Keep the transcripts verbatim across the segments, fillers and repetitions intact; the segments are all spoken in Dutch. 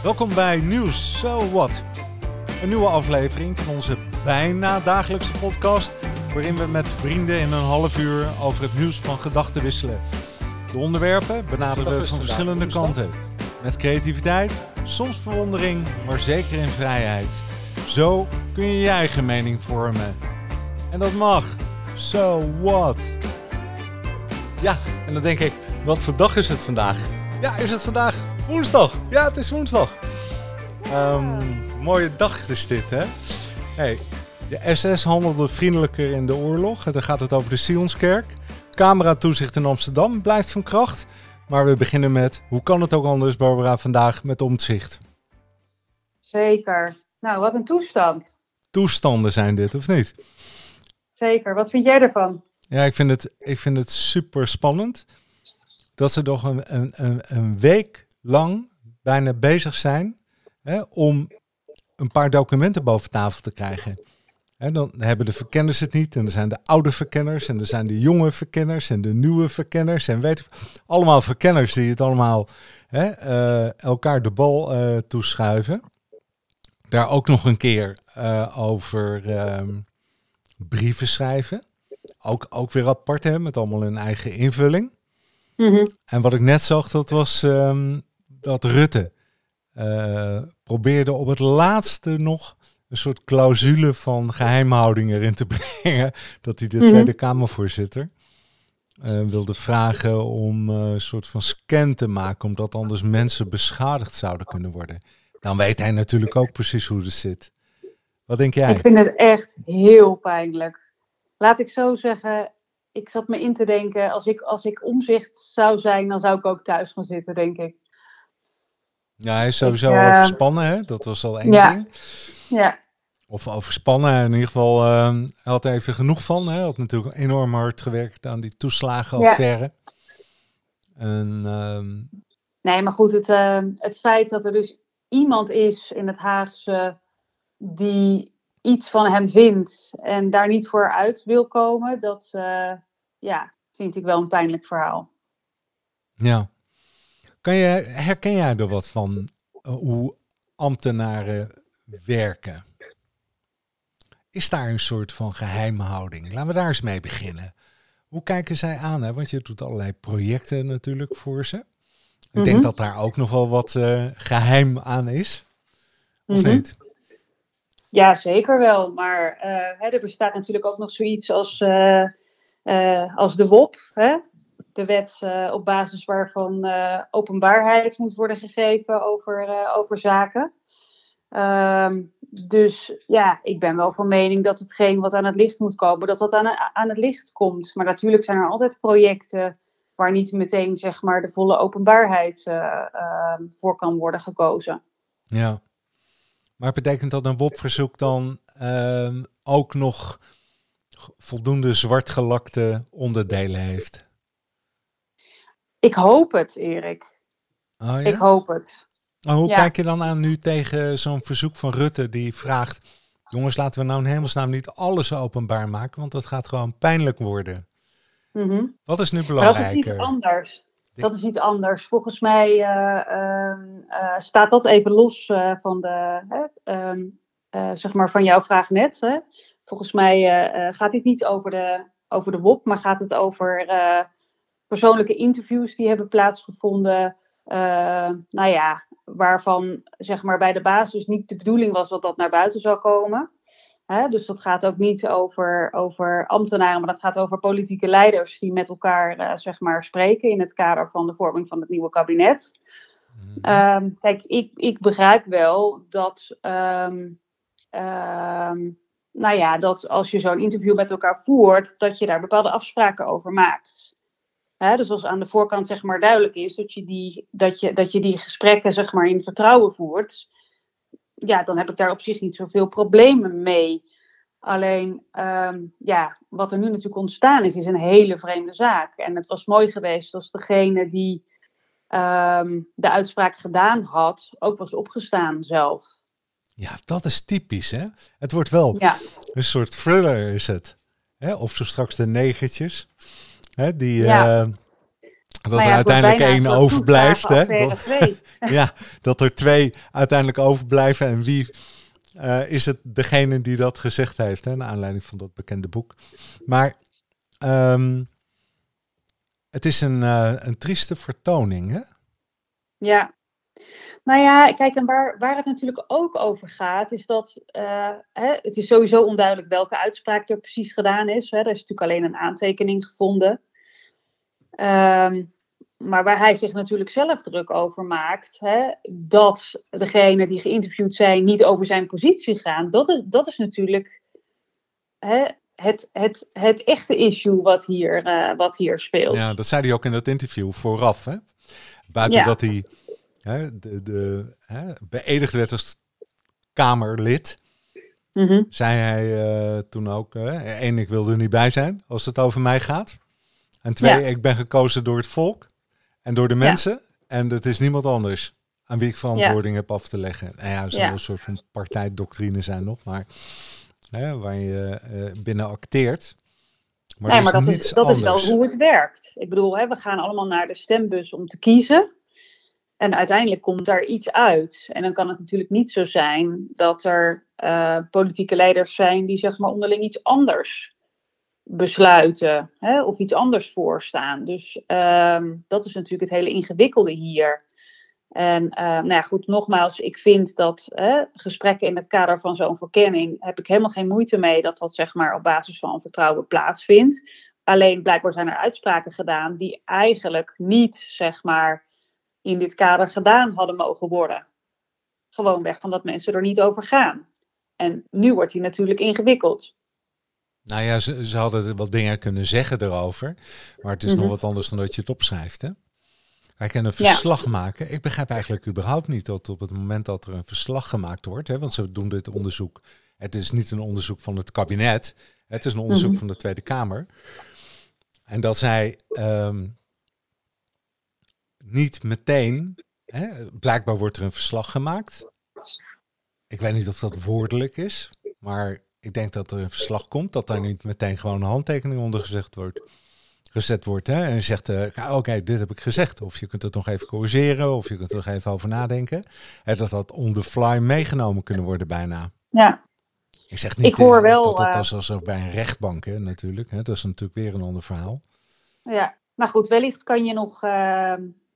Welkom bij Nieuws So What. Een nieuwe aflevering van onze bijna dagelijkse podcast, waarin we met vrienden in een half uur over het nieuws van gedachten wisselen. De onderwerpen benaderen we van verschillende kanten. Met creativiteit, soms verwondering, maar zeker in vrijheid. Zo kun je je eigen mening vormen. En dat mag. So what? Ja, en dan denk ik, wat voor dag is het vandaag? Ja, is het vandaag woensdag? Ja, het is woensdag. Um, mooie dag is dit, hè? Hey, de S S handelde vriendelijker in de oorlog. Dan gaat het over de Sionskerk. Cameratoezicht in Amsterdam blijft van kracht. Maar we beginnen met, hoe kan het ook anders, Barbara, vandaag met Omtzigt? Zeker. Nou, wat een toestand. Toestanden zijn dit, of niet? Zeker. Wat vind jij ervan? Ja, ik vind het, ik vind het super spannend dat ze toch een, een, een, een week lang bijna bezig zijn, hè, om een paar documenten boven tafel te krijgen. Hè, dan hebben de verkenners het niet. En er zijn de oude verkenners en er zijn de jonge verkenners en de nieuwe verkenners. En weet ik, allemaal verkenners die het allemaal hè, uh, elkaar de bal uh, toeschuiven. Daar ook nog een keer uh, over uh, brieven schrijven. Ook, ook weer apart, hè, met allemaal een eigen invulling. Mm-hmm. En wat ik net zag, dat was um, dat Rutte uh, probeerde op het laatste nog een soort clausule van geheimhouding erin te brengen. Dat hij de mm-hmm. Tweede Kamervoorzitter uh, wilde vragen om uh, een soort van scan te maken, omdat anders mensen beschadigd zouden kunnen worden. Dan weet hij natuurlijk ook precies hoe het zit. Wat denk jij? Ik vind het echt heel pijnlijk. Laat ik zo zeggen, ik zat me in te denken, als ik, als ik Omtzigt zou zijn, dan zou ik ook thuis gaan zitten, denk ik. Ja, hij is sowieso ik, uh, overspannen, hè? Dat was al één ja. ding. Ja. Of overspannen, in ieder geval, uh, hij had er even genoeg van. Hè? Hij had natuurlijk enorm hard gewerkt aan die toeslagenaffaire. Ja. En, uh... Nee, maar goed, het, uh, het feit dat er dus iemand is in het Haagse die iets van hem vindt en daar niet voor uit wil komen, dat uh, ja, vind ik wel een pijnlijk verhaal. Ja. Kan je, herken jij er wat van uh, hoe ambtenaren werken? Is daar een soort van geheimhouding? Laten we daar eens mee beginnen. Hoe kijken zij aan? Hè? Want je doet allerlei projecten natuurlijk voor ze. Ik mm-hmm. denk dat daar ook nog wel wat uh, geheim aan is. Of mm-hmm. niet? Ja, zeker wel. Maar uh, hè, er bestaat natuurlijk ook nog zoiets als, uh, uh, als de W O P. Hè? De wet uh, op basis waarvan uh, openbaarheid moet worden gegeven over, uh, over zaken. Um, dus ja, ik ben wel van mening dat hetgeen wat aan het licht moet komen, dat dat aan, aan het licht komt. Maar natuurlijk zijn er altijd projecten waar niet meteen zeg maar, de volle openbaarheid uh, uh, voor kan worden gekozen. Ja. Maar betekent dat een W O P-verzoek dan uh, ook nog voldoende zwartgelakte onderdelen heeft? Ik hoop het, Erik. Oh, ja? Ik hoop het. Maar hoe ja. kijk je dan aan nu tegen zo'n verzoek van Rutte die vraagt, jongens, laten we nou in hemelsnaam niet alles openbaar maken, want dat gaat gewoon pijnlijk worden. Mm-hmm. Wat is nu belangrijker? Maar dat is iets anders. Dat is iets anders. Volgens mij uh, uh, uh, staat dat even los uh, van, de, uh, um, uh, zeg maar van jouw vraag net. Hè? Volgens mij uh, uh, gaat dit niet over de, over de W O P, maar gaat het over uh, persoonlijke interviews die hebben plaatsgevonden. Uh, nou ja, waarvan zeg maar bij de basis niet de bedoeling was dat dat naar buiten zou komen. Hè? Dus dat gaat ook niet over, over ambtenaren, maar dat gaat over politieke leiders die met elkaar uh, zeg maar spreken in het kader van de vorming van het nieuwe kabinet. Mm-hmm. Um, kijk, ik, ik begrijp wel dat, um, um, nou ja, dat als je zo'n interview met elkaar voert, dat je daar bepaalde afspraken over maakt. Hè? Dus als aan de voorkant zeg maar duidelijk is dat je die, dat je, dat je die gesprekken zeg maar in vertrouwen voert, ja, dan heb ik daar op zich niet zoveel problemen mee. Alleen, um, ja, wat er nu natuurlijk ontstaan is, is een hele vreemde zaak. En het was mooi geweest als degene die um, de uitspraak gedaan had, ook was opgestaan zelf. Ja, dat is typisch, hè? Het wordt wel ja. een soort thriller, is het. Hè? Of zo straks de negertjes. Hè? Die, ja. uh, Dat nou ja, er uiteindelijk één overblijft. Hè? Dat, ja, dat er twee uiteindelijk overblijven. En wie uh, is het degene die dat gezegd heeft? Hè? Naar aanleiding van dat bekende boek. Maar um, het is een, uh, een trieste vertoning, hè? Ja. Nou ja, kijk, en waar, waar het natuurlijk ook over gaat, is dat uh, hè, het is sowieso onduidelijk welke uitspraak er precies gedaan is. Hè. Er is natuurlijk alleen een aantekening gevonden. Um, maar waar hij zich natuurlijk zelf druk over maakt, hè, dat degenen die geïnterviewd zijn niet over zijn positie gaan, dat is, dat is natuurlijk hè, het, het, het echte issue wat hier, uh, wat hier speelt. Ja, dat zei hij ook in dat interview vooraf. Hè? Buiten ja. dat hij hè, de, de, hè, beëdigd werd als Kamerlid, mm-hmm. zei hij uh, toen ook, uh, één, ik wil er niet bij zijn als het over mij gaat. En twee, ja. ik ben gekozen door het volk en door de mensen. Ja. En het is niemand anders aan wie ik verantwoording ja. heb af te leggen. Nou ja, zo'n ja. soort van partijdoctrine zijn nog, maar hè, waar je uh, binnen acteert. Maar, nee, maar dat, is, dat is wel hoe het werkt. Ik bedoel, hè, we gaan allemaal naar de stembus om te kiezen. En uiteindelijk komt daar iets uit. En dan kan het natuurlijk niet zo zijn dat er uh, politieke leiders zijn die zeg maar onderling iets anders besluiten, hè, of iets anders voorstaan. Dus um, dat is natuurlijk het hele ingewikkelde hier. En uh, nou ja, goed, nogmaals, ik vind dat hè, gesprekken in het kader van zo'n verkenning, heb ik helemaal geen moeite mee dat dat zeg maar op basis van vertrouwen plaatsvindt. Alleen blijkbaar zijn er uitspraken gedaan die eigenlijk niet zeg maar in dit kader gedaan hadden mogen worden. Gewoonweg van dat mensen er niet over gaan. En nu wordt die natuurlijk ingewikkeld. Nou ja, ze, ze hadden wat dingen kunnen zeggen erover. Maar het is mm-hmm. nog wat anders dan dat je het opschrijft, hè? Kijk, en een verslag ja. maken. Ik begrijp eigenlijk überhaupt niet dat op het moment dat er een verslag gemaakt wordt, hè, want ze doen dit onderzoek. Het is niet een onderzoek van het kabinet. Het is een onderzoek mm-hmm. van de Tweede Kamer. En dat zij um, niet meteen, hè, blijkbaar wordt er een verslag gemaakt. Ik weet niet of dat woordelijk is, maar ik denk dat er een verslag komt, dat daar niet meteen gewoon een handtekening onder gezegd wordt. gezet wordt. Hè? En je zegt, uh, oké, okay, dit heb ik gezegd. Of je kunt het nog even corrigeren, of je kunt er nog even over nadenken. En dat dat on the fly meegenomen kunnen worden bijna. Ja. Ik zeg niet ik hoor wel, dat dat, dat is alsof bij een rechtbank, hè, natuurlijk. Hè? Dat is natuurlijk weer een ander verhaal. Ja, maar goed, wellicht kan je nog uh,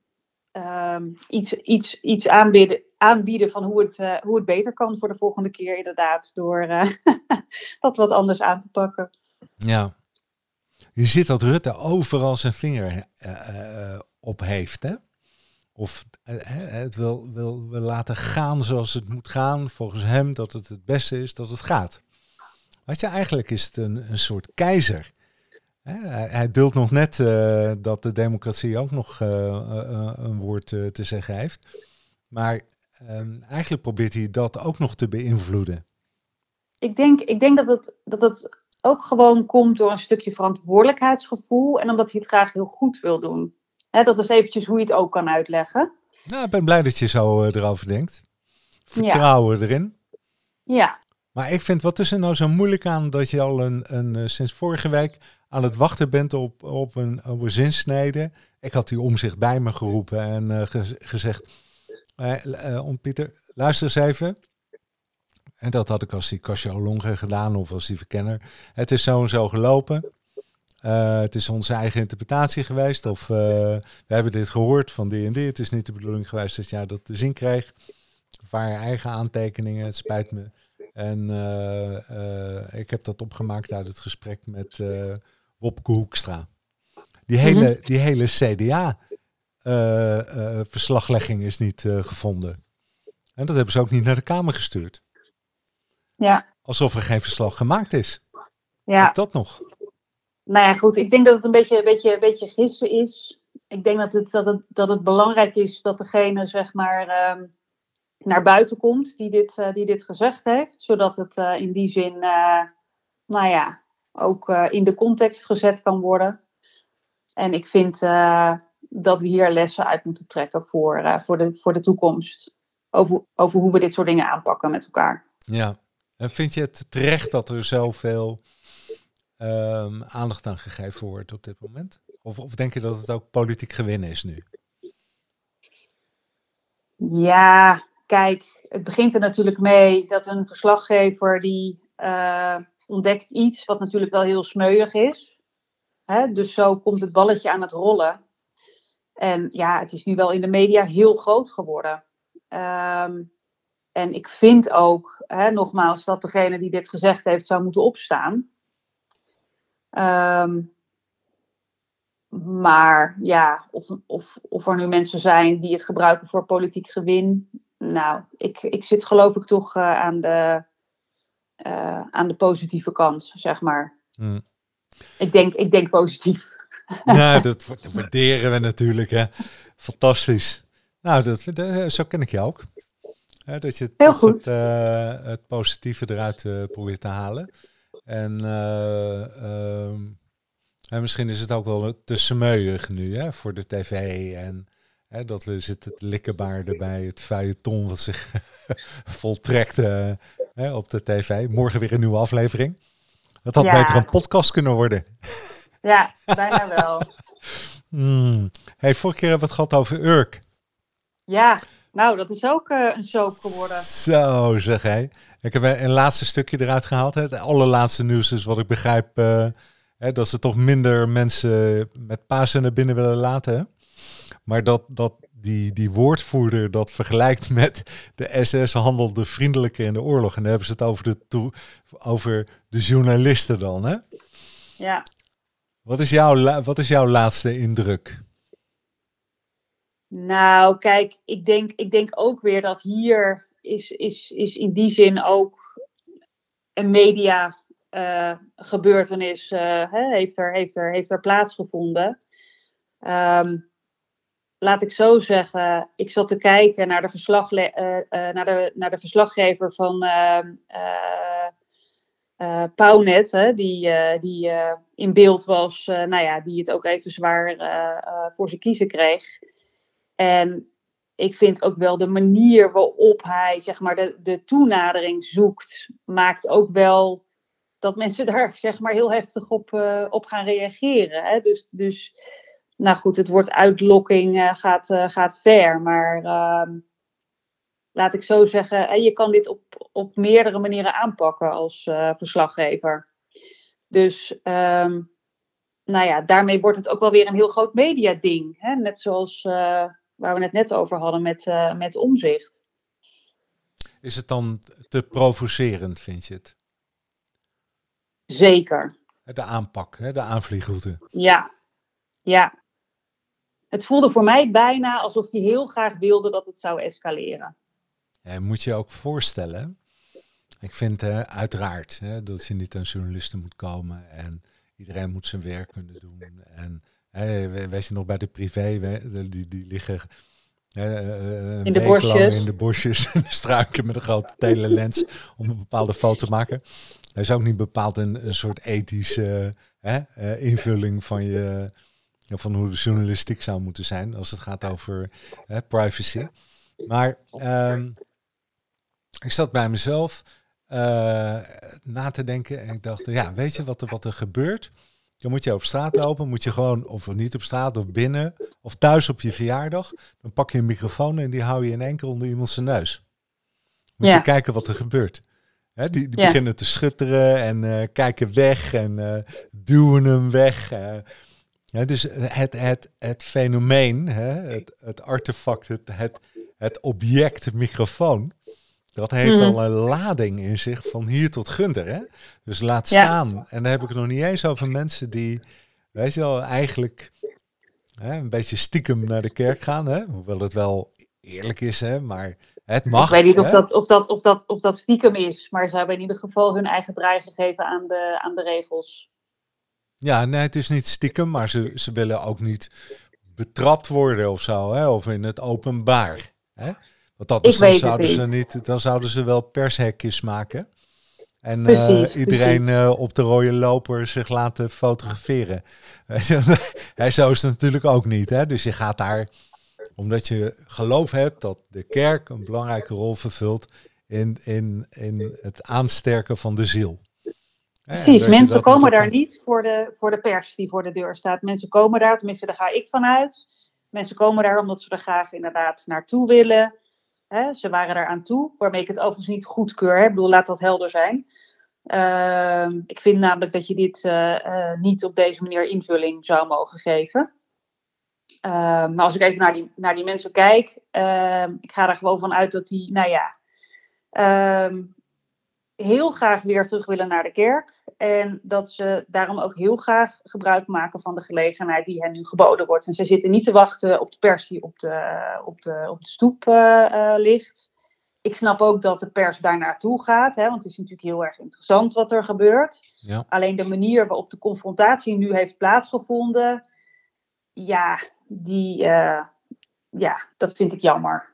uh, iets, iets, iets aanbieden, aanbieden van hoe het, uh, hoe het beter kan voor de volgende keer, inderdaad. Door uh, dat wat anders aan te pakken. Ja. Je ziet dat Rutte overal zijn vinger uh, uh, op heeft, hè? Of uh, het wil, wil, wil laten gaan zoals het moet gaan, volgens hem dat het het beste is dat het gaat. Weet je, eigenlijk is het een, een soort keizer. Hè? Hij, hij duldt nog net uh, dat de democratie ook nog uh, uh, een woord uh, te zeggen heeft. Maar um, eigenlijk probeert hij dat ook nog te beïnvloeden. Ik denk, ik denk dat het... Dat het... ook gewoon komt door een stukje verantwoordelijkheidsgevoel en omdat hij het graag heel goed wil doen. Hè, dat is eventjes hoe je het ook kan uitleggen. Nou, ik ben blij dat je zo uh, erover denkt. Vertrouwen ja. erin. Ja. Maar ik vind, wat is er nou zo moeilijk aan dat je al een, een, uh, sinds vorige week aan het wachten bent op, op, een, op een zinsnede. Ik had die Omtzigt bij me geroepen en uh, ge- gezegd, uh, uh, om Pieter, luister eens even. En dat had ik als die Cacciolonge gedaan of als die verkenner. Het is zo en zo gelopen. Uh, het is onze eigen interpretatie geweest. Of uh, we hebben dit gehoord van die en die. Het is niet de bedoeling geweest dat jij dat te zien kreeg. Of waren eigen aantekeningen, het spijt me. En uh, uh, ik heb dat opgemaakt uit het gesprek met uh, Wopke Hoekstra. Die hele, mm-hmm. die hele C D A-verslaglegging uh, uh, is niet uh, gevonden. En dat hebben ze ook niet naar de Kamer gestuurd. Ja. Alsof er geen verslag gemaakt is. Ja. Ook dat nog. Nou ja, goed. Ik denk dat het een beetje, een beetje, een beetje gissen is. Ik denk dat het, dat, het, dat het belangrijk is dat degene zeg maar um, naar buiten komt die dit, uh, die dit gezegd heeft. Zodat het uh, in die zin, uh, nou ja, ook uh, in de context gezet kan worden. En ik vind uh, dat we hier lessen uit moeten trekken voor, uh, voor, de, voor de toekomst. Over, over hoe we dit soort dingen aanpakken met elkaar. Ja. En vind je het terecht dat er zoveel um, aandacht aan gegeven wordt op dit moment? Of, of denk je dat het ook politiek gewin is nu? Ja, kijk, het begint er natuurlijk mee dat een verslaggever die uh, ontdekt iets wat natuurlijk wel heel smeuig is. Hè? Dus zo komt het balletje aan het rollen. En ja, het is nu wel in de media heel groot geworden. Um, en ik vind ook, hè, nogmaals, dat degene die dit gezegd heeft zou moeten opstaan. Um, maar ja, of, of, of er nu mensen zijn die het gebruiken voor politiek gewin. Nou, ik, ik zit geloof ik toch uh, aan, de, uh, aan de positieve kant, zeg maar. Hmm. Ik denk, ik denk positief. Nou, dat waarderen we natuurlijk, hè. Fantastisch. Nou, dat, zo ken ik je ook. Hè, dat je Heel toch goed. Het, uh, het positieve eruit uh, probeert te halen. En, uh, uh, en misschien is het ook wel te smeuig nu, hè, voor de tv. En hè, dat we zitten te likkenbaarden bij het feuilleton wat zich voltrekt uh, hè, op de tv. Morgen weer een nieuwe aflevering. Dat had ja. beter een podcast kunnen worden. Ja, bijna wel. Hmm. Hey, vorige keer hebben we het gehad over Urk. Ja, nou, dat is ook uh, een soap geworden. Zo, zeg hij. Ik heb een laatste stukje eruit gehaald. Hè. Het allerlaatste nieuws is wat ik begrijp, uh, hè, dat ze toch minder mensen met Pasen naar binnen willen laten. Hè. Maar dat, dat die, die woordvoerder dat vergelijkt met de S S handelde vriendelijker in de oorlog. En dan hebben ze het over de, to- over de journalisten dan, hè? Ja. Wat is jouw, wat is jouw laatste indruk? Nou, kijk, ik denk, ik denk ook weer dat hier is, is, is in die zin ook een media uh, gebeurtenis uh, hè, heeft, er, heeft, er, heeft er plaatsgevonden. Um, laat ik zo zeggen, ik zat te kijken naar de, verslagle- uh, uh, naar de, naar de verslaggever van uh, uh, uh, Pownet, hè, die, uh, die uh, in beeld was, uh, nou ja, die het ook even zwaar uh, uh, voor zijn kiezen kreeg. En ik vind ook wel de manier waarop hij, zeg maar, de, de toenadering zoekt, maakt ook wel dat mensen daar, zeg maar, heel heftig op, uh, op gaan reageren. Hè? Dus, dus, nou goed, het woord uitlokking uh, gaat, uh, gaat ver. Maar uh, laat ik zo zeggen, hè, je kan dit op, op meerdere manieren aanpakken als uh, verslaggever. Dus, um, nou ja, daarmee wordt het ook wel weer een heel groot mediading. Hè? Net zoals Uh, waar we het net over hadden met, uh, met Omzicht. Is het dan te provocerend, vind je het? Zeker. De aanpak, de aanvliegroute. Ja, ja. Het voelde voor mij bijna alsof hij heel graag wilde dat het zou escaleren. Ja, moet je ook voorstellen. Ik vind uh, uiteraard hè, dat je niet aan journalisten moet komen en iedereen moet zijn werk kunnen doen. En Hey, weet je nog bij de privé, die, die liggen uh, een in de week lang bosjes. in de bosjes in de struiken met een grote telelens om een bepaalde foto te maken. Dat is ook niet bepaald een, een soort ethische uh, uh, invulling van, je, uh, van hoe de journalistiek zou moeten zijn als het gaat over uh, privacy. Maar um, ik zat bij mezelf uh, na te denken en ik dacht, ja, weet je wat er, wat er gebeurt? Dan moet je op straat lopen, moet je gewoon, of niet op straat, of binnen, of thuis op je verjaardag. Dan pak je een microfoon en die hou je in één keer onder iemand zijn neus. Moet ja. je kijken wat er gebeurt. Hè, die die ja. beginnen te schutteren en uh, kijken weg en uh, duwen hem weg. Uh, ja, dus het, het, het fenomeen, hè, het, het artefact, het, het, het object, het microfoon, dat heeft mm-hmm. al een lading in zich van hier tot Gunther, hè? Dus laat staan. Ja. En dan heb ik het nog niet eens over mensen die, weet je wel, eigenlijk hè, een beetje stiekem naar de kerk gaan, hè? Hoewel het wel eerlijk is, hè? Maar het mag. Ik weet niet hè? of dat, of, dat, of, dat, of dat stiekem is, maar ze hebben in ieder geval hun eigen draai gegeven aan de, aan de regels. Ja, nee, het is niet stiekem, maar ze, ze willen ook niet betrapt worden of zo, hè? Of in het openbaar, hè? Want dat is, dan, zouden niet. Ze niet, dan zouden ze wel pershekjes maken. En precies, uh, iedereen uh, op de rode loper zich laten fotograferen. Hij zo is het natuurlijk ook niet. Hè? Dus je gaat daar, omdat je geloof hebt dat de kerk een belangrijke rol vervult in, in, in het aansterken van de ziel. Precies, mensen komen daar niet voor de, voor de pers die voor de deur staat. Mensen komen daar, tenminste daar ga ik vanuit. Mensen komen daar omdat ze er graag inderdaad naartoe willen. Hè, ze waren daar aan toe, waarmee ik het overigens niet goedkeur. Hè. Ik bedoel, laat dat helder zijn. Uh, ik vind namelijk dat je dit uh, uh, niet op deze manier invulling zou mogen geven. Uh, maar als ik even naar die, naar die mensen kijk, uh, ik ga er gewoon van uit dat die, nou ja, uh, heel graag weer terug willen naar de kerk. En dat ze daarom ook heel graag gebruik maken van de gelegenheid die hen nu geboden wordt. En ze zitten niet te wachten op de pers die op de, op de, op de stoep uh, uh, ligt. Ik snap ook dat de pers daar naartoe gaat, hè, want het is natuurlijk heel erg interessant wat er gebeurt. Ja. Alleen de manier waarop de confrontatie nu heeft plaatsgevonden, ja, die, uh, ja, dat vind ik jammer.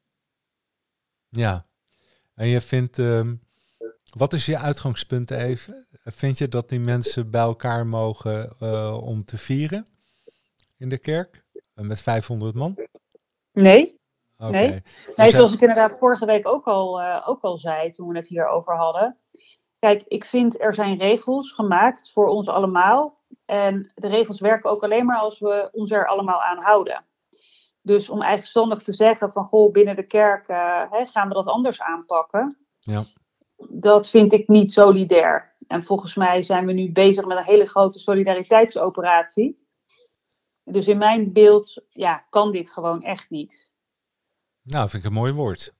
Ja, en je vindt, uh, wat is je uitgangspunt even? Vind je dat die mensen bij elkaar mogen uh, om te vieren in de kerk uh, met vijfhonderd man? Nee. Okay. Nee, nee dus zoals ik inderdaad vorige week ook al, uh, ook al zei toen we het hierover hadden. Kijk, ik vind er zijn regels gemaakt voor ons allemaal. En de regels werken ook alleen maar als we ons er allemaal aan houden. Dus om eigenstandig te zeggen van goh, binnen de kerk uh, hè, gaan we dat anders aanpakken. Ja. Dat vind ik niet solidair. En volgens mij zijn we nu bezig met een hele grote solidariteitsoperatie. Dus in mijn beeld ja, kan dit gewoon echt niet. Nou, vind ik een mooi woord.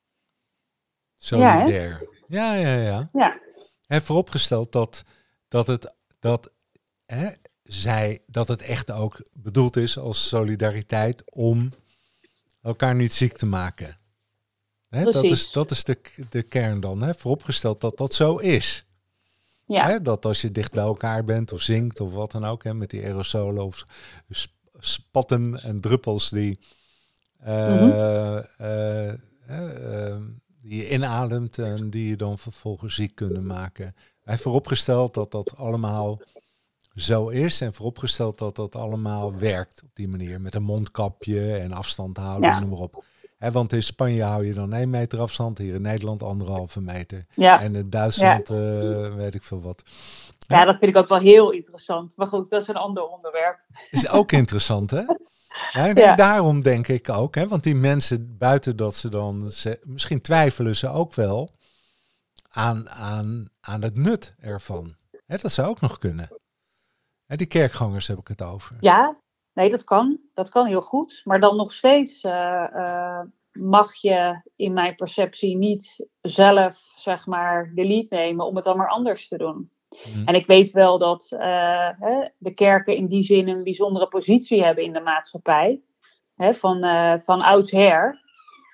Solidair. Ja, ja, ja. ja. ja. En vooropgesteld dat, dat, het, dat, hè, zij, dat het echt ook bedoeld is als solidariteit om elkaar niet ziek te maken. Hè, dat is, dat is de, de kern dan. Hè? Vooropgesteld dat dat zo is. Ja. Hè, dat als je dicht bij elkaar bent of zingt of wat dan ook, hè, met die aerosolen of spatten en druppels die... Uh, mm-hmm. uh, uh, uh, die je inademt en die je dan vervolgens ziek kunnen maken. Hij heeft vooropgesteld dat dat allemaal zo is en vooropgesteld dat dat allemaal werkt op die manier. Met een mondkapje en afstand houden, ja. Noem maar op. He, want in Spanje hou je dan één meter afstand, hier in Nederland anderhalve meter. Ja. En in Duitsland ja. uh, weet ik veel wat. Ja, ja, dat vind ik ook wel heel interessant. Maar goed, dat is een ander onderwerp. Is ook interessant, hè? Ja, ja. Daarom denk ik ook, hè, want die mensen buiten dat ze dan, ze, misschien twijfelen ze ook wel aan, aan, aan het nut ervan. Hè, dat zou ook nog kunnen. Hè, die kerkgangers heb ik het over. Ja, nee, dat kan. Dat kan heel goed. Maar dan nog steeds uh, uh, mag je in mijn perceptie niet zelf, zeg maar, de lead nemen om het dan maar anders te doen. Hmm. En ik weet wel dat uh, hè, de kerken in die zin een bijzondere positie hebben in de maatschappij. Hè, van, uh, van oudsher.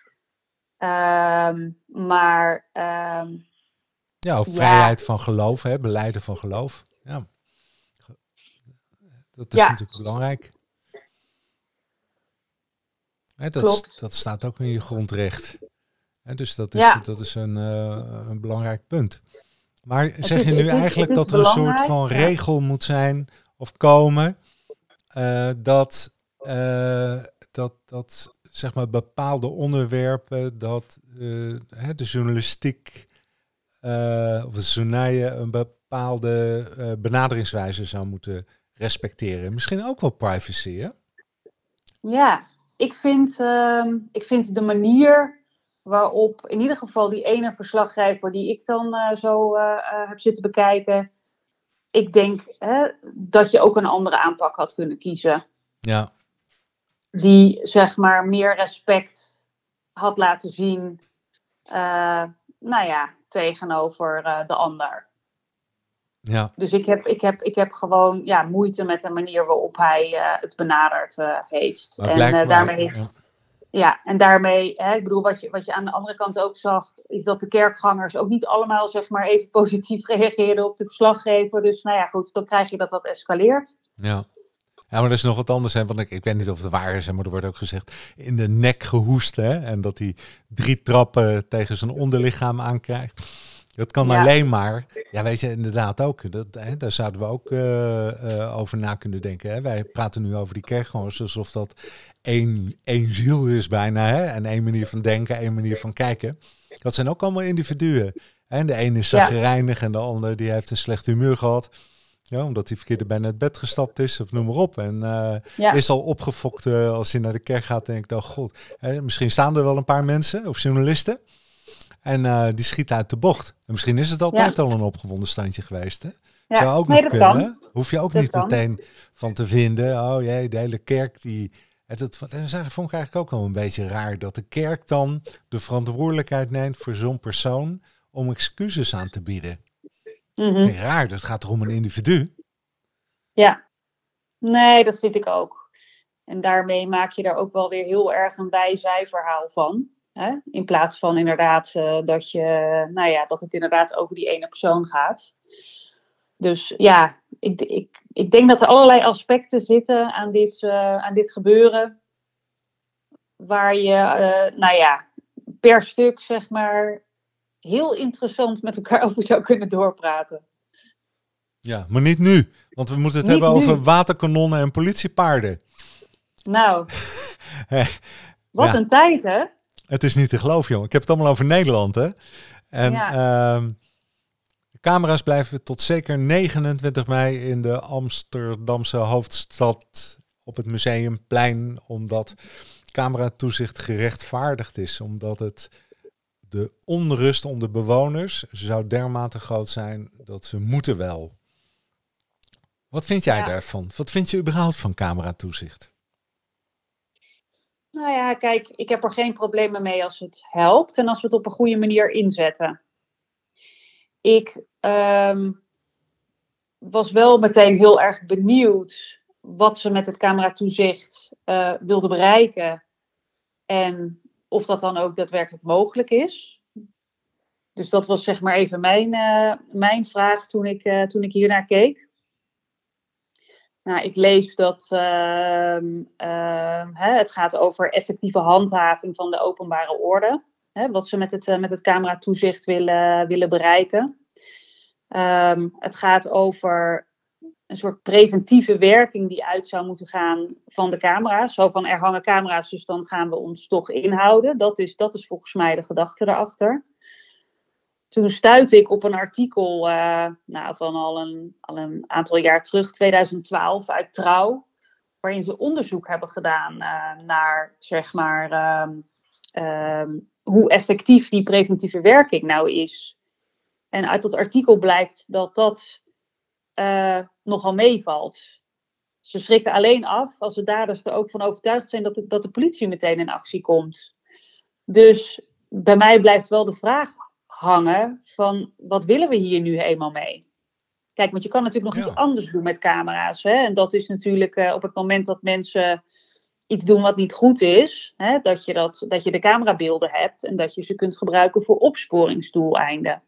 Um, maar... Um, ja, of vrijheid ja. van geloof, hè, belijden van geloof. Ja. Dat is ja. natuurlijk belangrijk. Hè, dat, is, dat staat ook in je grondrecht. Hè, dus dat is, ja. dat is een, uh, een belangrijk punt. Maar zeg je nu eigenlijk dat er een soort van regel moet zijn of komen uh, dat, uh, dat, dat zeg maar bepaalde onderwerpen, dat uh, de journalistiek uh, of de journaal een bepaalde uh, benaderingswijze zou moeten respecteren. Misschien ook wel privacy, hè? Ja, ik vind, uh, ik vind de manier waarop in ieder geval die ene verslaggever die ik dan uh, zo uh, uh, heb zitten bekijken. Ik denk hè, dat je ook een andere aanpak had kunnen kiezen. Ja. Die zeg maar meer respect had laten zien. Uh, nou ja, tegenover uh, de ander. Ja. Dus ik heb, ik, heb, ik heb gewoon ja, moeite met de manier waarop hij uh, het benaderd uh, heeft. Maar en uh, daarmee... Ja. Ja, en daarmee, hè, ik bedoel, wat je, wat je aan de andere kant ook zag, is dat de kerkgangers ook niet allemaal, zeg maar, even positief reageerden op de verslaggever. Dus, nou ja, goed, dan krijg je dat dat escaleert. Ja, ja maar er is nog wat anders, hè, want ik, ik weet niet of het waar is, hè, maar er wordt ook gezegd, in de nek gehoest, hè, en dat hij drie trappen tegen zijn onderlichaam aankrijgt. Dat kan ja. alleen maar, ja weet je, inderdaad ook, dat, hè, daar zouden we ook uh, uh, over na kunnen denken. Hè. Wij praten nu over die kerkgangers alsof dat één, één ziel is bijna, hè, en één manier van denken, één manier van kijken. Dat zijn ook allemaal individuen. En de ene is chagrijnig en de ander die heeft een slecht humeur gehad. Ja, omdat hij verkeerde bijna het bed gestapt is, of noem maar op. En uh, ja. is al opgefokt uh, als hij naar de kerk gaat. Denk ik, oh god, hè, misschien staan er wel een paar mensen of journalisten. En uh, die schieten uit de bocht. En misschien is het altijd ja. al een opgewonden standje geweest. Hè? Ja. Zou ook nee, nog kunnen. Kan. Hoef je ook dat niet kan. meteen van te vinden. Oh jee, de hele kerk die... Dat, dat vond ik eigenlijk ook wel een beetje raar. Dat de kerk dan de verantwoordelijkheid neemt voor zo'n persoon om excuses aan te bieden. Mm-hmm. Dat vind ik raar. Dat gaat toch om een individu? Ja. Nee, dat vind ik ook. En daarmee maak je daar ook wel weer heel erg een wij-zij verhaal van. Hè? In plaats van inderdaad uh, dat, je, nou ja, dat het inderdaad over die ene persoon gaat. Dus ja, ik, ik, ik denk dat er allerlei aspecten zitten aan dit, uh, aan dit gebeuren. Waar je, uh, nou ja, per stuk zeg maar heel interessant met elkaar over zou kunnen doorpraten. Ja, maar niet nu. Want we moeten het niet hebben nu. over waterkanonnen en politiepaarden. Nou, hey, wat ja. een tijd hè? Het is niet te geloven, jongen. Ik heb het allemaal over Nederland, hè. En ja. uh, de camera's blijven tot zeker negenentwintig mei in de Amsterdamse hoofdstad op het Museumplein, omdat cameratoezicht gerechtvaardigd is. Omdat het de onrust onder bewoners zou dermate groot zijn dat ze moeten wel. Wat vind jij ja. daarvan? Wat vind je überhaupt van cameratoezicht? Nou ja, kijk, ik heb er geen problemen mee als het helpt en als we het op een goede manier inzetten. Ik um, was wel meteen heel erg benieuwd wat ze met het cameratoezicht uh, wilden bereiken en of dat dan ook daadwerkelijk mogelijk is. Dus dat was zeg maar even mijn, uh, mijn vraag toen ik, uh, toen ik hiernaar keek. Nou, ik lees dat uh, uh, hè, het gaat over effectieve handhaving van de openbare orde. Hè, wat ze met het, uh, met het cameratoezicht willen, willen bereiken. Um, het gaat over een soort preventieve werking die uit zou moeten gaan van de camera's. Zo van er hangen camera's, dus dan gaan we ons toch inhouden. Dat is, dat is volgens mij de gedachte daarachter. Toen stuitte ik op een artikel uh, nou, van al een, al een aantal jaar terug, twintig twaalf, uit Trouw. Waarin ze onderzoek hebben gedaan uh, naar zeg maar, uh, uh, hoe effectief die preventieve werking nou is. En uit dat artikel blijkt dat dat uh, nogal meevalt. Ze schrikken alleen af als de daders er ook van overtuigd zijn dat de, dat de politie meteen in actie komt. Dus bij mij blijft wel de vraag hangen van wat willen we hier nu eenmaal mee? Kijk, want je kan natuurlijk nog ja. iets anders doen met camera's. Hè? En dat is natuurlijk uh, op het moment dat mensen iets doen wat niet goed is, hè? Dat je dat, dat je de camerabeelden hebt en dat je ze kunt gebruiken voor opsporingsdoeleinden.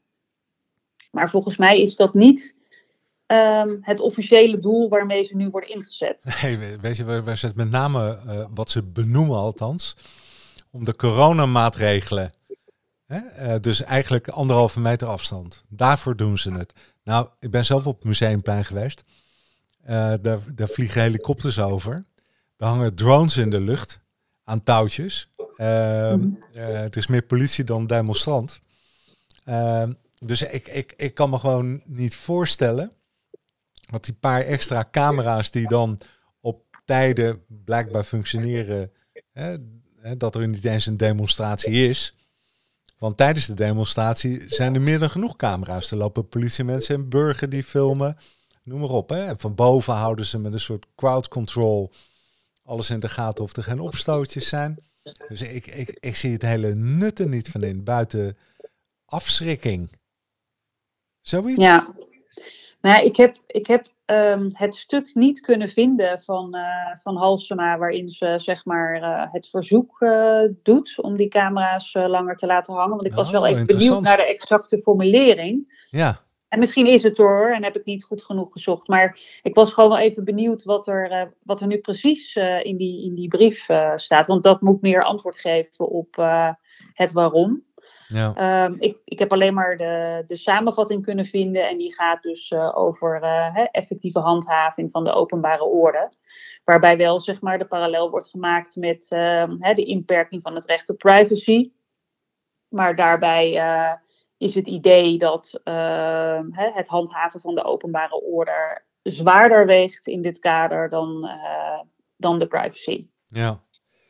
Maar volgens mij is dat niet um, het officiële doel waarmee ze nu worden ingezet. Nee, weet je, waar, waar ze het met name, uh, wat ze benoemen althans, om de coronamaatregelen. Hè? Uh, dus eigenlijk anderhalve meter afstand. Daarvoor doen ze het. Nou, ik ben zelf op het Museumplein geweest. Uh, daar, daar vliegen helikopters over. Er hangen drones in de lucht aan touwtjes. Uh, uh, er is meer politie dan demonstrant. Uh, dus ik, ik, ik kan me gewoon niet voorstellen dat die paar extra camera's die dan op tijden blijkbaar functioneren, hè, dat er niet eens een demonstratie is. Want tijdens de demonstratie zijn er meer dan genoeg camera's. Er lopen politiemensen en burger die filmen. Noem maar op. Hè. En van boven houden ze met een soort crowd control alles in de gaten of er geen opstootjes zijn. Dus ik, ik, ik zie het hele nut er niet van in. Buiten afschrikking. Zoiets? Ja. Nou ja, ik heb, ik heb um, het stuk niet kunnen vinden van, uh, van Halsema waarin ze zeg maar uh, het verzoek uh, doet om die camera's uh, langer te laten hangen. Want ik was oh, wel even benieuwd naar de exacte formulering. Ja. En misschien is het hoor, en heb ik niet goed genoeg gezocht. Maar ik was gewoon wel even benieuwd wat er, uh, wat er nu precies uh, in, die, in die brief uh, staat. Want dat moet meer antwoord geven op uh, het waarom. Ja. Um, ik, ik heb alleen maar de, de samenvatting kunnen vinden. En die gaat dus uh, over uh, he, effectieve handhaving van de openbare orde. Waarbij wel zeg maar, de parallel wordt gemaakt met uh, he, de inperking van het recht op privacy. Maar daarbij uh, is het idee dat uh, hè, het handhaven van de openbare orde zwaarder weegt in dit kader dan, uh, dan de privacy. Ja.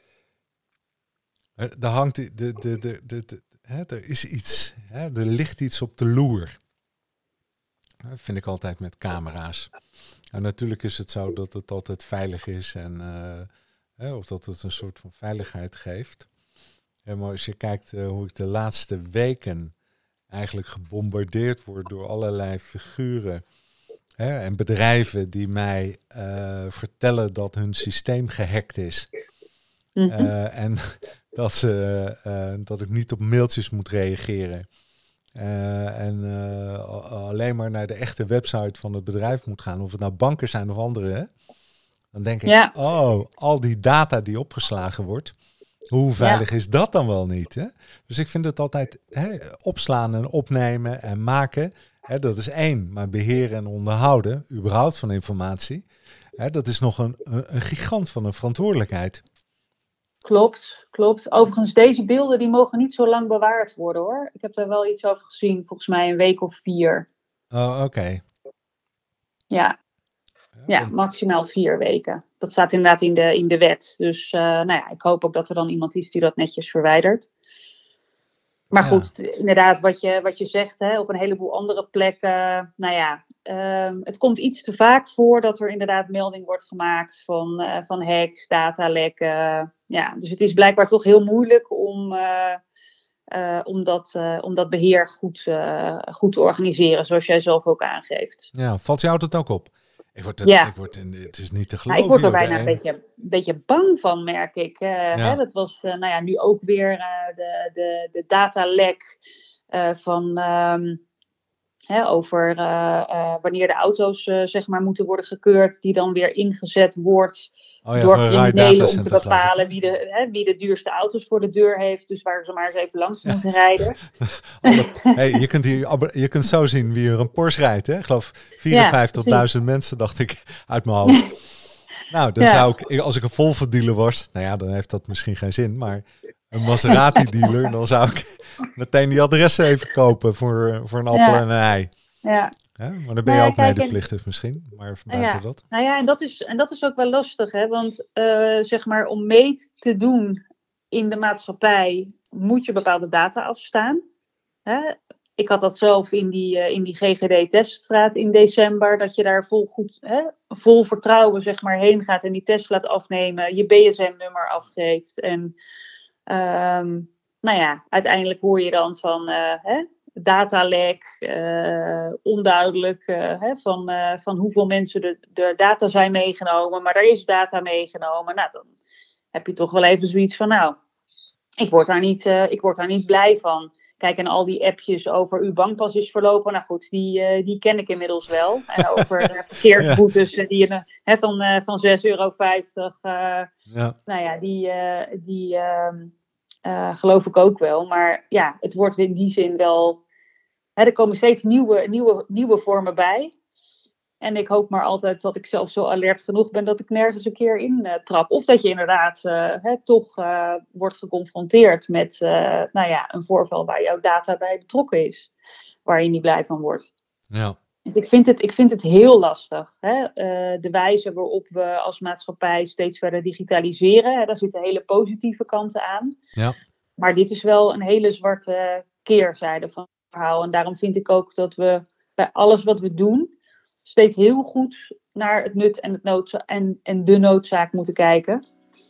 Er hangt de, de, de, de, de, de, hè, er is iets, hè, er ligt iets op de loer. Dat vind ik altijd met camera's. En natuurlijk is het zo dat het altijd veilig is en uh, hè, of dat het een soort van veiligheid geeft. Ja, maar als je kijkt uh, hoe ik de laatste weken eigenlijk gebombardeerd word door allerlei figuren, hè, en bedrijven die mij uh, vertellen dat hun systeem gehackt is. Mm-hmm. Uh, en dat, ze, uh, dat ik niet op mailtjes moet reageren. Uh, en uh, alleen maar naar de echte website van het bedrijf moet gaan. Of het nou banken zijn of andere. Hè? Dan denk ik, ja. oh, al die data die opgeslagen wordt. Hoe veilig ja. is dat dan wel niet? Hè? Dus ik vind het altijd hè, opslaan en opnemen en maken. Hè, dat is één. Maar beheren en onderhouden, überhaupt van informatie. Hè, dat is nog een, een, een gigant van een verantwoordelijkheid. Klopt, klopt. Overigens, deze beelden die mogen niet zo lang bewaard worden hoor. Ik heb daar wel iets over gezien, volgens mij een week of vier. Oh, oké. Okay. Ja. ja, maximaal vier weken. Dat staat inderdaad in de, in de wet. Dus uh, nou ja, ik hoop ook dat er dan iemand is die dat netjes verwijdert. Maar ja. goed, inderdaad, wat je, wat je zegt, hè, op een heleboel andere plekken. Nou ja, um, het komt iets te vaak voor dat er inderdaad melding wordt gemaakt van, uh, van hacks, datalekken. Ja, dus het is blijkbaar toch heel moeilijk om, uh, uh, om, dat, uh, om dat beheer goed, uh, goed te organiseren, zoals jij zelf ook aangeeft. Ja, valt jou dat ook op? Ik word, het, ja. ik word het is niet te geloven. Nou, ik word er bijna een beetje, een beetje bang van, merk ik. Uh, ja. hè, dat was uh, nou ja, nu ook weer uh, de, de, de datalek uh, van, um, hè, over uh, uh, wanneer de auto's uh, zeg maar moeten worden gekeurd, die dan weer ingezet wordt oh ja, door criminelen om te bepalen wie de, hè, wie de duurste auto's voor de deur heeft. Dus waar ze maar eens even langs ja. moeten rijden. hey, je, kunt hier, je kunt zo zien wie er een Porsche rijdt. Hè? Ik geloof vierenvijftigduizend ja, mensen, dacht ik, uit mijn hoofd. Nou, dan ja. zou ik, als ik een Volvo-dealer was, nou ja, dan heeft dat misschien geen zin, maar een Maserati-dealer, dan zou ik meteen die adressen even kopen voor, voor een appel ja. en een ei. Ja. Ja, maar dan ben je nou, ook kijk, medeplichtig misschien, maar buiten ja. dat. Nou ja, en dat is, en dat is ook wel lastig, hè? Want uh, zeg maar, om mee te doen in de maatschappij moet je bepaalde data afstaan. Hè? Ik had dat zelf in die, uh, in die G G D-teststraat in december, dat je daar vol, goed, hè, vol vertrouwen zeg maar, heen gaat en die test laat afnemen, je B S N-nummer afgeeft. En um, nou ja, uiteindelijk hoor je dan van uh, hè, datalek, uh, onduidelijk uh, hè, van, uh, van hoeveel mensen de, de data zijn meegenomen, maar er is data meegenomen. Nou, dan heb je toch wel even zoiets van, nou, ik word daar niet, uh, ik word daar niet blij van. Kijk, en al die appjes over uw bankpas is verlopen, nou goed, die, uh, die ken ik inmiddels wel. En over uh, verkeersboetes ja. die, uh, hè, van, uh, van zes euro vijftig, uh, ja. nou ja, die, uh, die uh, uh, geloof ik ook wel. Maar ja, het wordt in die zin wel, hè, er komen steeds nieuwe, nieuwe, nieuwe vormen bij. En ik hoop maar altijd dat ik zelf zo alert genoeg ben dat ik nergens een keer in uh, trap. Of dat je inderdaad uh, hè, toch uh, wordt geconfronteerd met uh, nou ja, een voorval waar jouw data bij betrokken is. Waar je niet blij van wordt. Ja. Dus ik vind het, ik vind het heel lastig. Hè? Uh, de wijze waarop we als maatschappij steeds verder digitaliseren. Hè, daar zitten hele positieve kanten aan. Ja. Maar dit is wel een hele zwarte keerzijde van het verhaal. En daarom vind ik ook dat we bij alles wat we doen steeds heel goed naar het nut en, het noodza- en, en de noodzaak moeten kijken.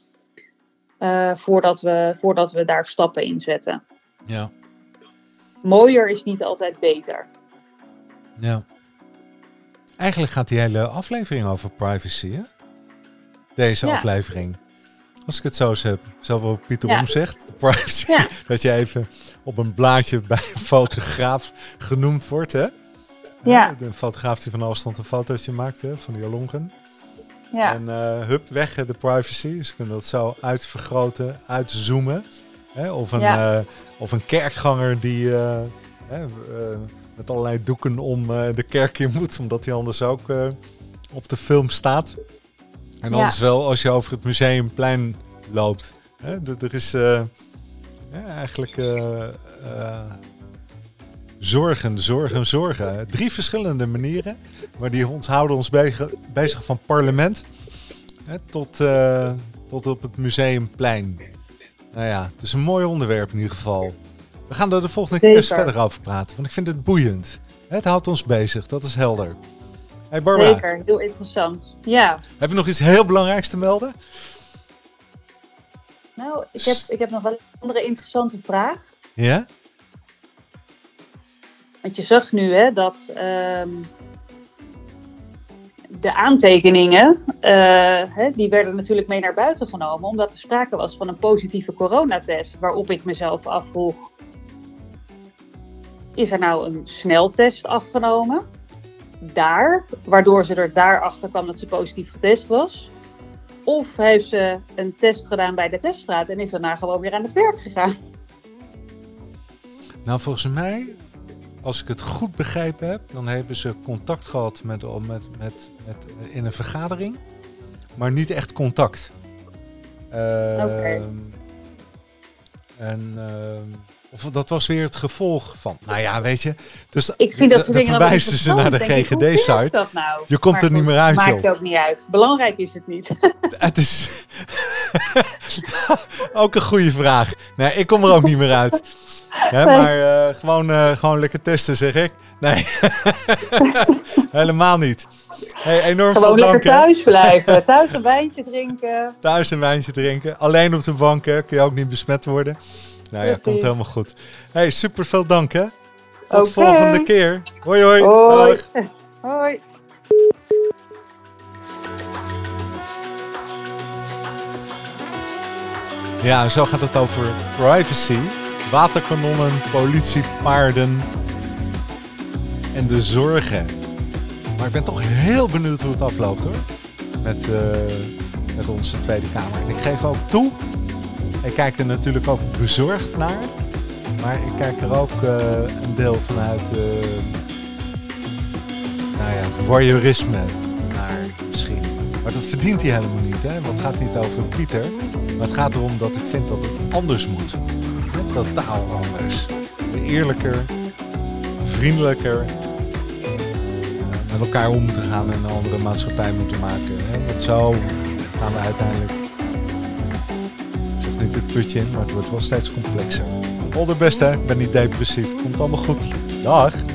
Uh, voordat, we, voordat we daar stappen in zetten. Ja. Mooier is niet altijd beter. Ja. Eigenlijk gaat die hele aflevering over privacy, hè? Deze ja. aflevering. Als ik het zo eens heb, zelf wat Pieter ja. Om zegt, privacy. Ja. Dat je even op een blaadje bij een fotograaf genoemd wordt, hè? Ja. De fotograaf die van afstand een fotootje maakt, hè, van die jalongen. Ja. En uh, hup, weg de privacy. Dus kunnen dat zo uitvergroten, uitzoomen. Hè? Of, een, ja. uh, of een kerkganger die uh, uh, met allerlei doeken om uh, de kerk in moet. Omdat hij anders ook uh, op de film staat. En anders ja. wel als je over het Museumplein loopt. Hè? Er is uh, ja, eigenlijk... Uh, uh, zorgen, zorgen, zorgen. Drie verschillende manieren. Maar die ons houden ons bezig, bezig van parlement hè, tot, uh, tot op het Museumplein. Nou ja, het is een mooi onderwerp in ieder geval. We gaan er de volgende keer eens verder over praten, want ik vind het boeiend. Het houdt ons bezig, dat is helder. Hey Barbara. Zeker, heel interessant. Ja. Heb je nog iets heel belangrijks te melden? Nou, ik heb, ik heb nog wel een andere interessante vraag. Ja? Want je zag nu hè, dat um, de aantekeningen, uh, hè, die werden natuurlijk mee naar buiten genomen, omdat er sprake was van een positieve coronatest, waarop ik mezelf afvroeg, is er nou een sneltest afgenomen? Daar, waardoor ze er daarachter kwam dat ze positief getest was? Of heeft ze een test gedaan bij de teststraat en is daarna gewoon weer aan het werk gegaan? Nou, volgens mij, als ik het goed begrepen heb, dan hebben ze contact gehad met, met, met, met, in een vergadering, maar niet echt contact. Uh, Oké. Okay. En... Uh, Of dat was weer het gevolg van, nou ja, weet je. Dus ik vind dat dan verwijzen ze naar de G G D-site. Nou? Je komt maar er niet meer uit, maakt joh. ook niet uit. Belangrijk is het niet. Het is ook een goede vraag. Nee, ik kom er ook niet meer uit. Ja, maar uh, gewoon, uh, gewoon lekker testen, zeg ik. Nee, helemaal niet. Hey, enorm gewoon veel dank. Lekker thuis blijven. Thuis een wijntje drinken. Thuis een wijntje drinken. Alleen op de bank, hè. Kun je ook niet besmet worden. Nou ja, komt helemaal goed. Hey, super veel dank, hè. Tot de okay. volgende keer. Hoi, hoi. Hoi. Hoi. Ja, zo gaat het over privacy. Waterkanonnen, politie, paarden en de zorgen. Maar ik ben toch heel benieuwd hoe het afloopt, hoor. Met, uh, met onze Tweede Kamer. En ik geef ook toe, ik kijk er natuurlijk ook bezorgd naar. Maar ik kijk er ook uh, een deel vanuit uh, nou ja, voyeurisme naar misschien. Maar dat verdient hij helemaal niet, hè? Want het gaat niet over Pieter. Maar het gaat erom dat ik vind dat het anders moet. Hè? Totaal anders. Eerlijker, vriendelijker. Uh, met elkaar om moeten gaan en een andere maatschappij moeten maken. Hè? Want zo gaan we uiteindelijk... Ik zeg niet het putje in, maar het wordt wel steeds complexer. All the best, hè. Ik ben niet depressief. Komt allemaal goed. Dag.